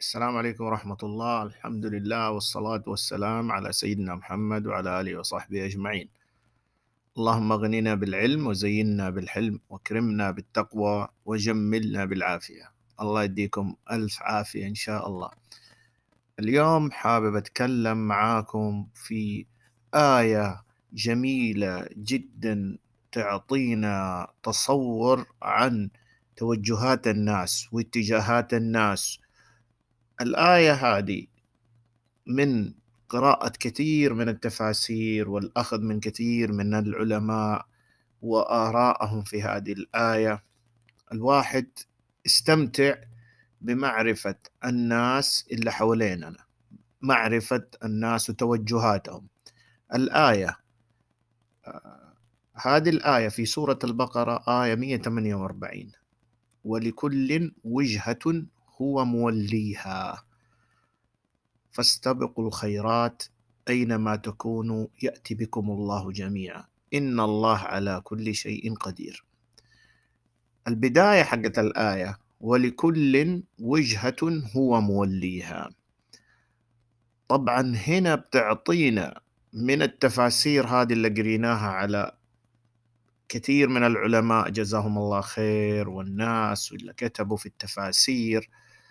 السلام عليكم ورحمة الله. الحمد لله والصلاة والسلام على سيدنا محمد وعلى آله وصحبه أجمعين. اللهم اغننا بالعلم وزينا بالحلم واكرمنا بالتقوى وجملنا بالعافية. الله يديكم ألف عافية إن شاء الله. اليوم حابب أتكلم معاكم في آية جميلة جدا تعطينا تصور عن توجهات الناس واتجاهات الناس. الآية هذه من قراءة كثير من التفاسير والأخذ من كثير من العلماء وآرائهم في هذه الآية، الواحد استمتع بمعرفة الناس اللي حواليننا، معرفة الناس وتوجهاتهم. الآية هذه الآية في سورة البقرة آية 148: ولكل وجهة هو موليها فاستبقوا الخيرات أينما تكونوا يأتي بكم الله جميعا إن الله على كل شيء قدير. البداية حقت الآية ولكل وجهة هو موليها، طبعا هنا بتعطينا من التفاسير هذه اللي قريناها على كثير من العلماء جزاهم الله خير والناس اللي كتبوا في التفاسير.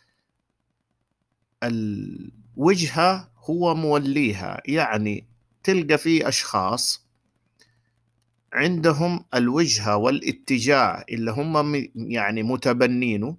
الوجهة هو موليها، يعني تلقى في أشخاص عندهم الوجهة والاتجاه اللي هم يعني متبنينه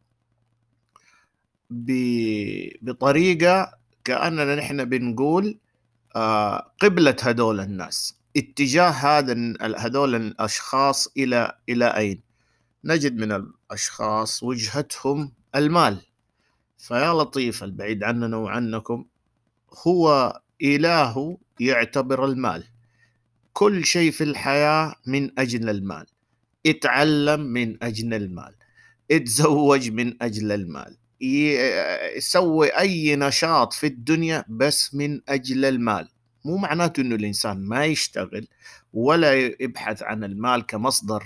بطريقة كأننا نحن بنقول قبلة هدول الناس، اتجاه هدول الأشخاص إلى أين. نجد من الأشخاص وجهتهم المال، فيا لطيف البعيد عننا وعنكم هو إله يعتبر المال، كل شيء في الحياة من أجل المال، اتعلم من أجل المال، اتزوج من أجل المال، يسوي أي نشاط في الدنيا بس من أجل المال. مو معناته أنه الإنسان ما يشتغل ولا يبحث عن المال كمصدر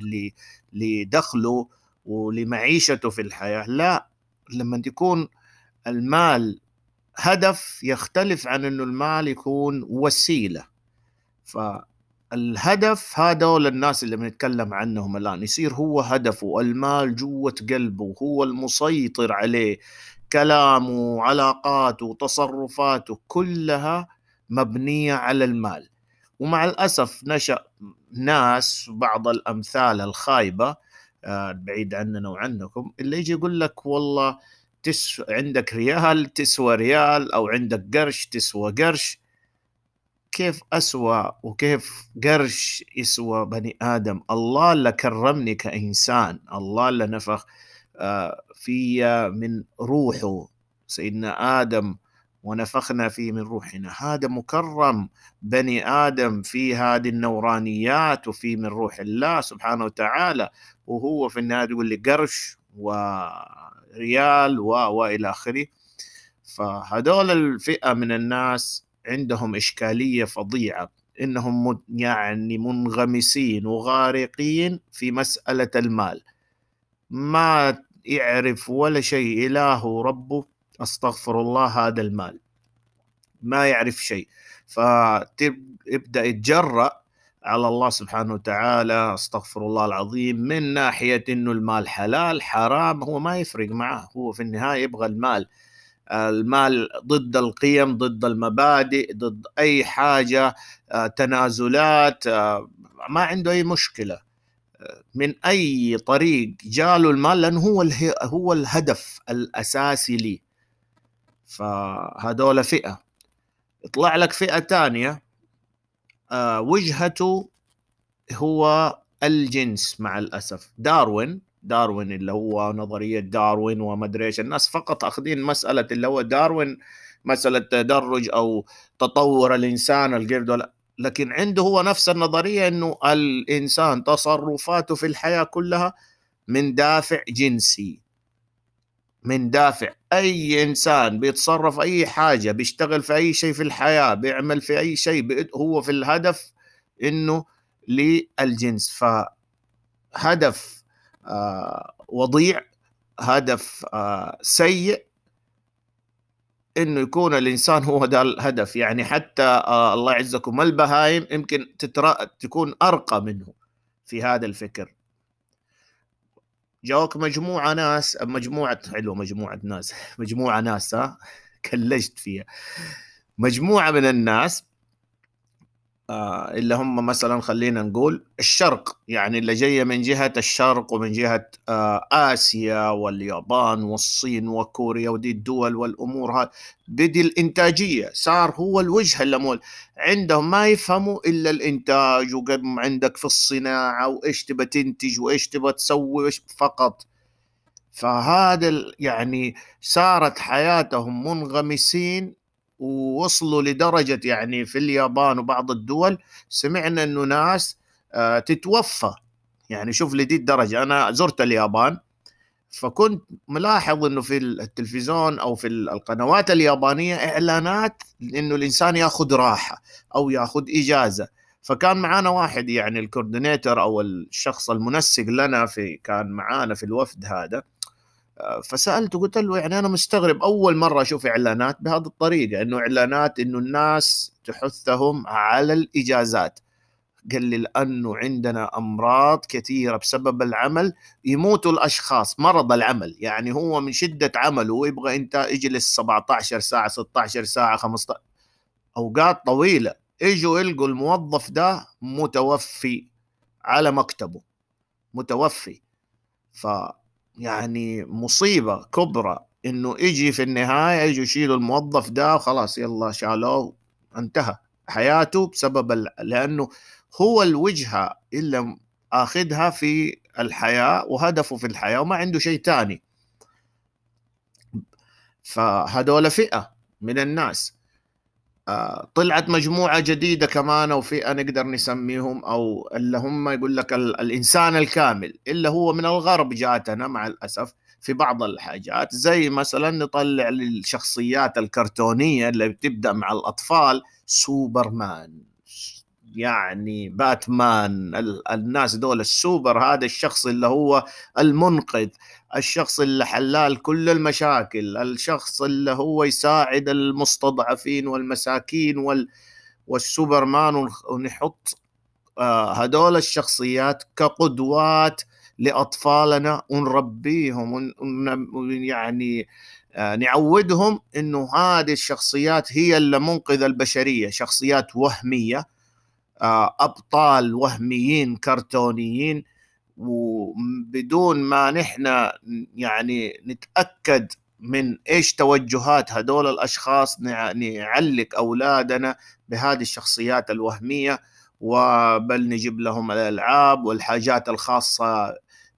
لدخله ولمعيشته في الحياة، لا، لما يكون المال هدف يختلف عن أنه المال يكون وسيلة. فالهدف هذول الناس اللي بنتكلم عنهم الآن يصير هو هدفه المال جوة قلبه، هو المسيطر عليه، كلامه علاقاته تصرفاته كلها مبنية على المال. ومع الأسف نشأ ناس، بعض الأمثال الخايبة بعيد عننا وعنكم، اللي يجي يقول لك والله عندك ريال تسوى ريال، أو عندك قرش تسوى قرش. كيف أسوى وكيف قرش يسوى بني آدم؟ الله اللي كرمني كإنسان، الله اللي نفخ في من روحه سيدنا آدم ونفخنا فيه من روحنا، هذا مكرم بني آدم في هذه النورانيات وفي من روح الله سبحانه وتعالى، وهو في النهاية يقول لي قرش وريال وإلى آخره. فهذول الفئة من الناس عندهم إشكالية فظيعة، إنهم يعني منغمسين وغارقين في مسألة المال، ما يعرف ولا شيء إله ربه، أستغفر الله، هذا المال ما يعرف شيء، فيبدأ يتجرأ على الله سبحانه وتعالى، أستغفر الله العظيم، من ناحية إنه المال حلال حرام هو ما يفرق معه، هو في النهاية يبغى المال. المال ضد القيم، ضد المبادئ، ضد أي حاجة، تنازلات، ما عنده أي مشكلة من أي طريق جاله المال، لأنه هو الهدف الأساسي لي. فهذول فئة. يطلع لك فئة تانية وجهته هو الجنس. مع الأسف داروين اللي هو نظرية داروين وما أدري إيش، الناس فقط أخذين مسألة اللي هو داروين، مسألة تدرج أو تطور الإنسان القرد، ولا، لكن عنده هو نفس النظرية إنه الإنسان تصرفاته في الحياة كلها من دافع جنسي، من دافع أي إنسان بيتصرف أي حاجة، بيشتغل في أي شيء في الحياة، بيعمل في أي شيء، هو في الهدف إنه للجنس. فهدف وضيع، هدف سيء، انه يكون الانسان هو ده الهدف. يعني حتى الله يعزكم البهايم يمكن تكون ارقى منه في هذا الفكر. جاوك مجموعة ناس، مجموعة حلوة، مجموعة ناس مجموعة ناس، ها كلجت فيها. مجموعة من الناس اللي هم مثلا خلينا نقول الشرق، يعني اللي جاية من جهة الشرق ومن جهة آسيا واليابان والصين وكوريا ودي الدول والأمور هذه، بدي الإنتاجية صار هو الوجه الأمول عندهم، ما يفهموا إلا الإنتاج، وقد عندك في الصناعة وإيش تبى تنتج وإيش تبى تسوي فقط. فهذا يعني صارت حياتهم منغمسين، ووصلوا لدرجة يعني في اليابان وبعض الدول سمعنا انه ناس تتوفى. يعني شوف لدي الدرجة. انا زرت اليابان، فكنت ملاحظ انه في التلفزيون او في القنوات اليابانية اعلانات انه الانسان ياخذ راحة او ياخذ اجازة. فكان معانا واحد يعني الكوردينيتور او الشخص المنسق لنا، كان معانا في الوفد هذا. فسألته قلت له يعني أنا مستغرب أول مرة أشوف إعلانات بهذه الطريقة، إنه إعلانات إنه الناس تحثهم على الإجازات. قال لي لأنه عندنا أمراض كثيرة بسبب العمل، يموتوا الأشخاص مرض العمل. يعني هو من شدة عمله ويبغى أنت اجلس 17 ساعة 16 ساعة 15 أوقات طويلة، يجوا يلقوا الموظف ده متوفي على مكتبه، متوفي. ف يعني مصيبة كبرى انه يجي في النهاية يجوا يشيلوا الموظف ده وخلاص يلا شالوه، انتهى حياته بسبب لانه هو الوجهة اللي اخذها في الحياة وهدفه في الحياة وما عنده شيء تاني. فهذول فئة من الناس. طلعت مجموعة جديدة كمان أو فئة نقدر نسميهم، أو اللي هم يقول لك الإنسان الكامل، اللي هو من الغرب جاتنا مع الأسف في بعض الحاجات. زي مثلا نطلع للشخصيات الكرتونية اللي بتبدأ مع الأطفال، سوبرمان، يعني باتمان، الناس دول السوبر، هذا الشخص اللي هو المنقذ، الشخص اللي حلال كل المشاكل، الشخص اللي هو يساعد المستضعفين والمساكين والسوبرمان. ونحط هدول الشخصيات كقدوات لأطفالنا ونربيهم يعني نعودهم إنه هذه الشخصيات هي اللي منقذ البشرية. شخصيات وهمية، أبطال وهميين كرتونيين، وبدون ما نحن يعني نتأكد من إيش توجهات هدول الأشخاص نعلق أولادنا بهذه الشخصيات الوهمية، وبل نجيب لهم الألعاب والحاجات الخاصة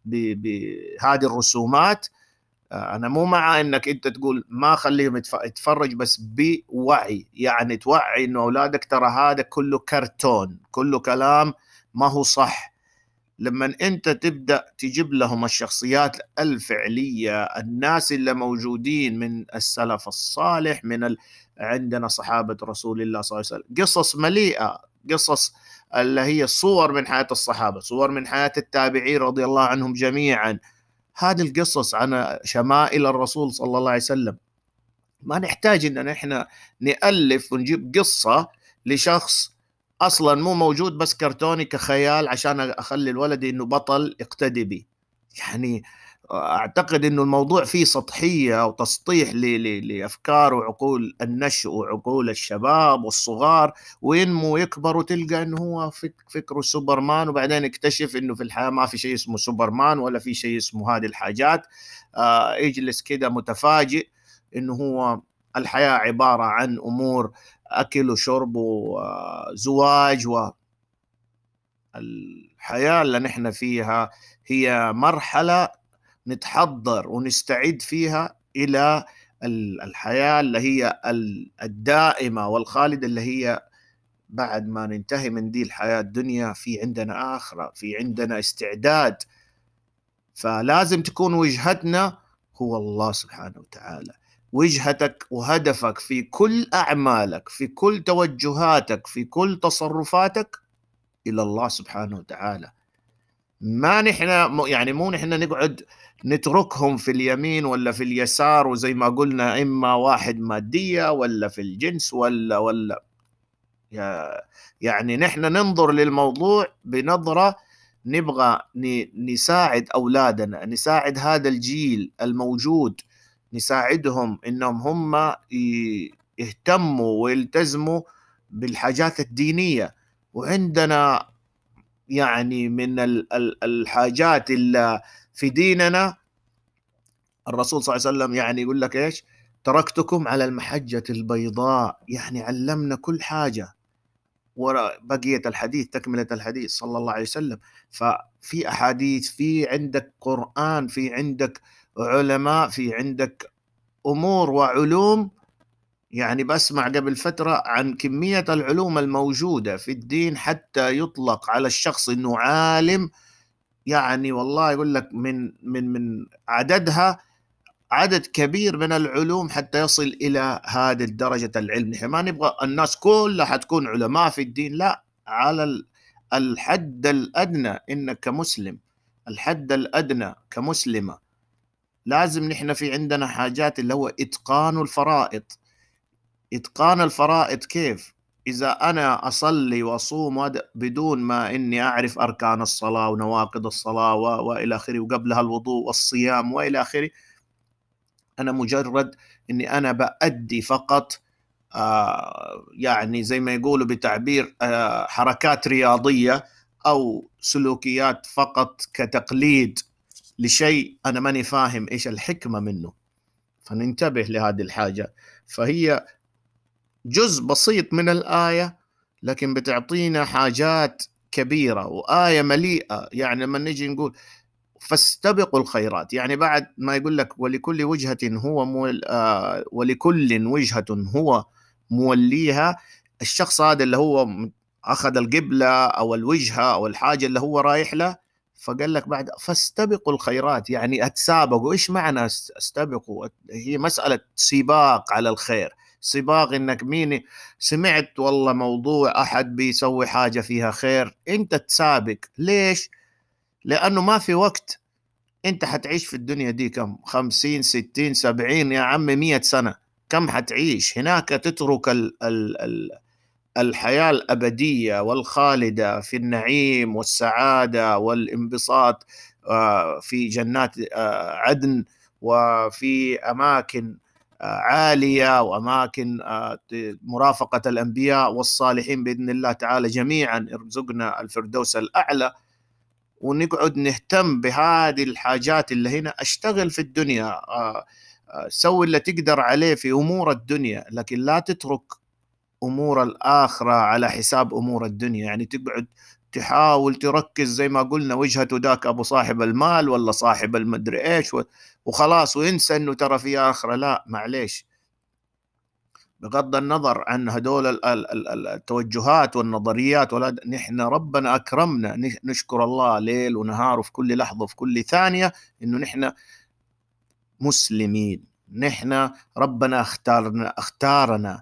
بهذه الرسومات. أنا مو مع إنك أنت تقول ما خليهم يتفرج، بس بوعي، يعني توعي إنه أولادك ترى هذا كله كرتون، كله كلام ما هو صح. لما أنت تبدأ تجيب لهم الشخصيات الفعلية، الناس اللي موجودين من السلف الصالح، عندنا صحابة رسول الله صلى الله عليه وسلم، قصص مليئة، قصص اللي هي صور من حياة الصحابة، صور من حياة التابعين رضي الله عنهم جميعا. هذه القصص عن شمائل الرسول صلى الله عليه وسلم. ما نحتاج ان احنا نألف ونجيب قصة لشخص اصلا مو موجود، بس كرتوني كخيال عشان اخلي الولد انه بطل يقتدي به. يعني اعتقد انه الموضوع فيه سطحية وتسطيح لافكار وعقول النشء وعقول الشباب والصغار، وينمو ويكبر وتلقى انه هو فكره سوبرمان، وبعدين يكتشف انه في الحياة ما في شيء اسمه سوبرمان ولا في شيء اسمه هذه الحاجات. يجلس كده متفاجئ انه هو الحياة عبارة عن امور اكل وشرب وزواج. والحياة اللي نحن فيها هي مرحلة نتحضر ونستعد فيها إلى الحياة اللي هي الدائمة والخالدة، اللي هي بعد ما ننتهي من دي الحياة الدنيا في عندنا آخرة، في عندنا استعداد. فلازم تكون وجهتنا هو الله سبحانه وتعالى. وجهتك وهدفك في كل أعمالك، في كل توجهاتك، في كل تصرفاتك إلى الله سبحانه وتعالى. ما نحن يعني مو نحن نقعد نتركهم في اليمين ولا في اليسار، وزي ما قلنا إما واحد مادية ولا في الجنس ولا يعني نحن ننظر للموضوع بنظرة، نبغى نساعد أولادنا، نساعد هذا الجيل الموجود، نساعدهم إنهم هم يهتموا ويلتزموا بالحاجات الدينية. وعندنا يعني من الحاجات اللي في ديننا، الرسول صلى الله عليه وسلم يعني يقول لك إيش: تركتكم على المحجة البيضاء، يعني علمنا كل حاجة وراء بقية الحديث، تكملة الحديث صلى الله عليه وسلم. ففي أحاديث، في عندك قرآن، في عندك علماء، في عندك أمور وعلوم. يعني بسمع قبل فترة عن كمية العلوم الموجودة في الدين حتى يطلق على الشخص إنه عالم. يعني والله يقول لك من عددها عدد كبير من العلوم حتى يصل إلى هذه الدرجة العلم. نحن ما نبغى الناس كلها حتكون علماء في الدين، لا، على الحد الأدنى إنك كمسلم، الحد الأدنى كمسلمة، لازم نحن في عندنا حاجات اللي هو إتقان الفرائض. إتقان الفرائض كيف؟ إذا أنا أصلي وأصوم بدون ما إني أعرف أركان الصلاة ونواقض الصلاة وإلى آخره، وقبلها الوضوء والصيام وإلى آخره، أنا مجرد إني أنا بأدي فقط يعني زي ما يقولوا بتعبير حركات رياضية أو سلوكيات فقط كتقليد لشيء أنا ماني فاهم إيش الحكمة منه. فننتبه لهذه الحاجة. فهي جزء بسيط من الآية لكن بتعطينا حاجات كبيرة، وآية مليئة. يعني لما نجي نقول فاستبقوا الخيرات، يعني بعد ما يقول لك ولكل وجهة هو ولكل وجهة هو موليها، الشخص هذا اللي هو أخذ القبلة أو الوجهة أو الحاجة اللي هو رايح له، فقال لك بعد فاستبقوا الخيرات، يعني أتسابقوا. إيش معنى استبقوا؟ هي مسألة سباق على الخير، سباق إنك مين سمعت والله موضوع أحد بيسوي حاجة فيها خير، أنت تسابق. ليش؟ لأنه ما في وقت. أنت حتعيش في الدنيا دي كم؟ 50 60 70 يا عم 100 سنة. كم حتعيش هناك؟ تترك الحياة الأبدية والخالدة في النعيم والسعادة والانبساط في جنات عدن، وفي أماكن عالية، وأماكن مرافقة الأنبياء والصالحين بإذن الله تعالى جميعا، ارزقنا الفردوس الأعلى. ونقعد نهتم بهذه الحاجات اللي هنا. اشتغل في الدنيا، سوي اللي تقدر عليه في أمور الدنيا، لكن لا تترك أمور الآخرة على حساب أمور الدنيا. يعني تقعد تحاول تركز زي ما قلنا وجهة ذاك أبو صاحب المال ولا صاحب المدري إيش وخلاص، وينسى أنه ترى في آخرة. لا، معليش، بغض النظر عن هدول التوجهات والنظريات، ولا نحن ربنا أكرمنا نشكر الله ليل ونهار وفي كل لحظة وفي كل ثانية إنه نحن مسلمين. نحن ربنا اختارنا،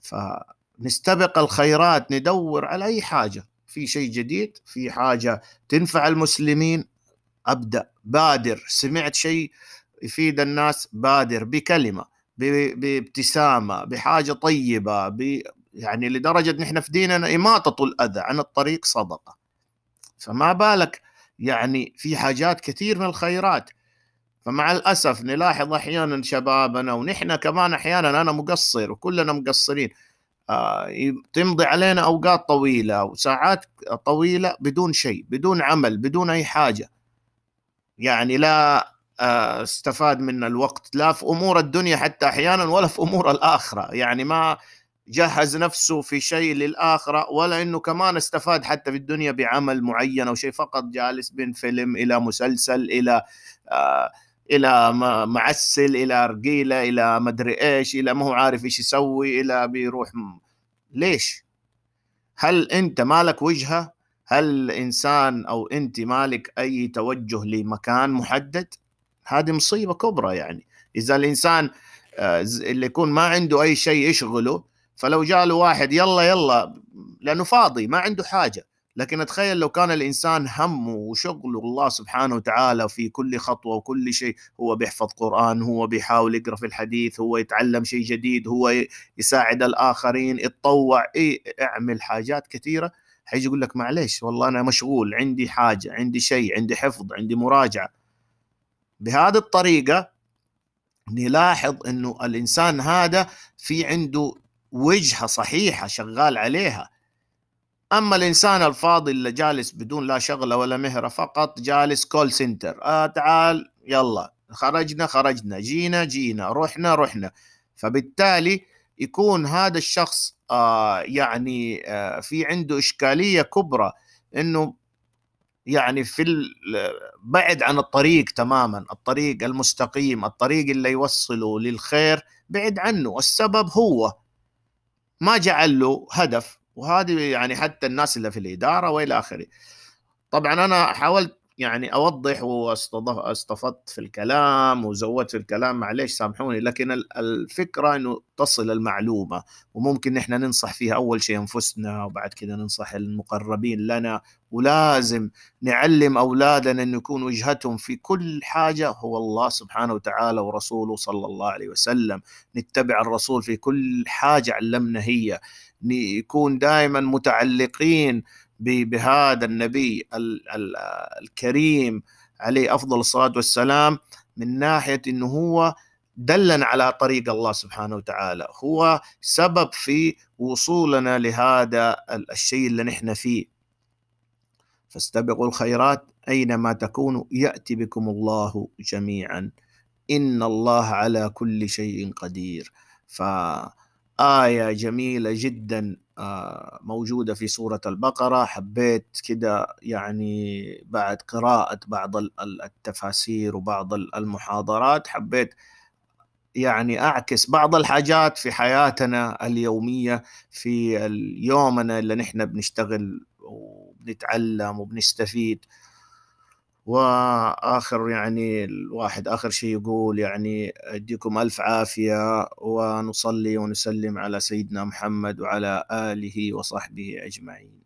فنستبق الخيرات، ندور على أي حاجة، في شيء جديد، في حاجة تنفع المسلمين، أبدأ، بادر. سمعت شيء يفيد الناس، بادر بكلمة، بابتسامة، بحاجة طيبة، يعني لدرجة نحن في ديننا إماطة الأذى عن الطريق صدقة. فما بالك يعني في حاجات كثير من الخيرات. فمع الأسف نلاحظ أحيانا شبابنا، ونحن كمان أحيانا، أنا مقصر وكلنا مقصرين، تمضي علينا أوقات طويلة وساعات طويلة بدون شيء، بدون عمل، بدون أي حاجة. يعني لا استفاد من الوقت لا في أمور الدنيا حتى أحيانا، ولا في أمور الآخرة. يعني ما جهز نفسه في شيء للآخرة، ولا إنه كمان استفاد حتى في الدنيا بعمل معين أو شيء. فقط جالس بين فيلم إلى مسلسل إلى معسل إلى رقيلة إلى مدري إيش، إلى ما هو عارف إيش يسوي، إلى بيروح. ليش؟ هل أنت مالك وجهة؟ هل الإنسان أو أنت مالك أي توجه لمكان محدد؟ هذه مصيبة كبرى. يعني إذا الإنسان اللي يكون ما عنده أي شيء يشغله، فلو جاء له واحد يلا يلا، لأنه فاضي ما عنده حاجة، لكن أتخيل لو كان الإنسان همه وشغله الله سبحانه وتعالى في كل خطوة وكل شيء، هو بيحفظ قرآن، هو بيحاول يقرأ في الحديث، هو يتعلم شيء جديد، هو يساعد الآخرين، يتطوع، اعمل حاجات كثيرة، حيجي يقول لك معليش والله أنا مشغول، عندي حاجة، عندي شيء، عندي حفظ، عندي مراجعة. بهذه الطريقة نلاحظ أنه الإنسان هذا في عنده وجهة صحيحة شغال عليها. أما الإنسان الفاضي اللي جالس بدون لا شغلة ولا مهرة، فقط جالس كول سنتر، تعال يلا، خرجنا، جينا، رحنا. فبالتالي يكون هذا الشخص يعني في عنده إشكالية كبرى، إنه يعني بعد عن الطريق تماما، الطريق المستقيم، الطريق اللي يوصله للخير بعد عنه. السبب هو ما جعل له هدف، وهذه يعني حتى الناس اللي في الإدارة وإلى آخره. طبعا أنا حاولت يعني أوضح واستفدت في الكلام وزودت في الكلام، معليش سامحوني، لكن الفكرة أنه تصل المعلومة، وممكن نحن ننصح فيها أول شيء أنفسنا، وبعد كده ننصح المقربين لنا. ولازم نعلم أولادنا أن يكون وجهتهم في كل حاجة هو الله سبحانه وتعالى ورسوله صلى الله عليه وسلم. نتبع الرسول في كل حاجة علمنا هي، يكون دائما متعلقين بهذا النبي الكريم عليه أفضل الصلاة والسلام، من ناحية أنه هو دلنا على طريق الله سبحانه وتعالى، هو سبب في وصولنا لهذا الشيء اللي نحن فيه. فاستبقوا الخيرات أينما تكونوا يأتي بكم الله جميعا، إن الله على كل شيء قدير. فآية جميلة جدا موجودة في سورة البقرة. حبيت كده يعني بعد قراءة بعض التفاسير وبعض المحاضرات، حبيت يعني أعكس بعض الحاجات في حياتنا اليومية، في يومنا اللي نحن بنشتغل وبنتعلم وبنستفيد. وآخر يعني الواحد آخر شيء يقول يعني أديكم ألف عافية، ونصلي ونسلم على سيدنا محمد وعلى آله وصحبه أجمعين.